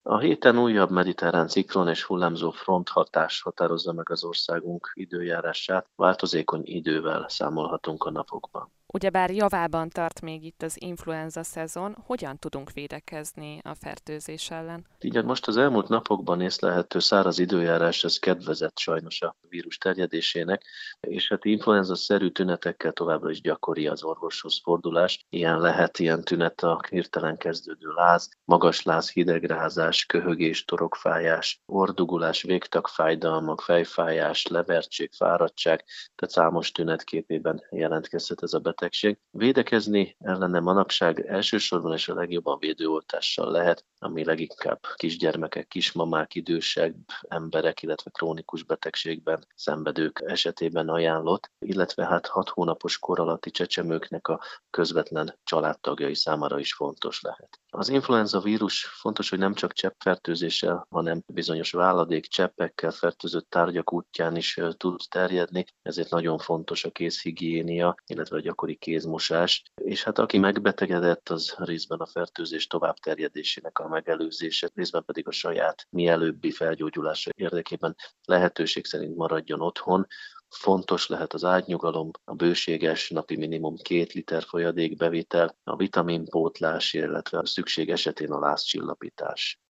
A héten újabb mediterrán ciklon és hullámzó fronthatás határozza meg az országunk időjárását, változékony idővel számolhatunk a napokban. Ugyebár javában tart még itt az influenza szezon, hogyan tudunk védekezni a fertőzés ellen? Így most az elmúlt napokban észlelhető száraz időjárás, ez kedvezett sajnos a vírus terjedésének, és hát influenza-szerű tünetekkel továbbra is gyakori az orvoshoz fordulás. Ilyen tünet a hirtelen kezdődő láz, magas láz, hidegrázás, köhögés, torokfájás, orrdugulás, végtagfájdalmak, fejfájás, levertség, fáradtság, tehát számos tünetképében jelentkezhet ez a betegség. Védekezni ellene manapság elsősorban és a legjobban védőoltással lehet, ami leginkább kisgyermekek, kismamák, idősebb emberek, illetve krónikus betegségben szenvedők esetében ajánlott, illetve hát 6 hónapos kor alatti csecsemőknek a közvetlen családtagjai számára is fontos lehet. Az influenza vírus fontos, hogy nem csak cseppfertőzéssel, hanem bizonyos váladék cseppekkel fertőzött tárgyak útján is tud terjedni, ezért nagyon fontos a kézhigiénia, illetve a gyakori kézmosás, és hát aki megbetegedett, az részben a fertőzés továbbterjedésének a megelőzése, részben pedig a saját mielőbbi felgyógyulása érdekében lehetőség szerint maradjon otthon. Fontos lehet az ágynyugalom, a bőséges napi minimum 2 liter folyadékbevitel, a vitaminpótlás, illetve a szükség esetén a lázcsillapítás.